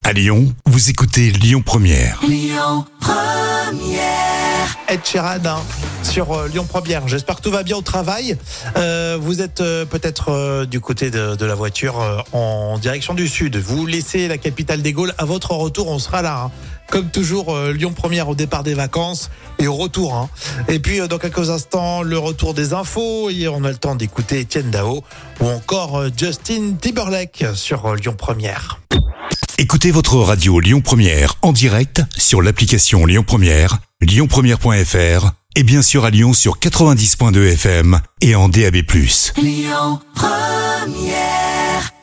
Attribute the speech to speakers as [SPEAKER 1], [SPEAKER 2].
[SPEAKER 1] À Lyon, vous écoutez Lyon Première.
[SPEAKER 2] Lyon Première.
[SPEAKER 3] Ed Sheeran sur Lyon Première. J'espère que tout va bien au travail. Vous êtes peut-être du côté de la voiture en direction du sud. Vous laissez la capitale des Gaules. À votre retour, on sera là. Comme toujours, Lyon Première au départ des vacances et au retour. Et puis, dans quelques instants, le retour des infos. Et on a le temps d'écouter Etienne Dao ou encore Justin Timberlake sur Lyon Première.
[SPEAKER 1] Écoutez votre radio Lyon Première en direct sur l'application Lyon Première, lyonpremière.fr et bien sûr à Lyon sur 90.2 FM et en DAB+.
[SPEAKER 2] Lyon Première.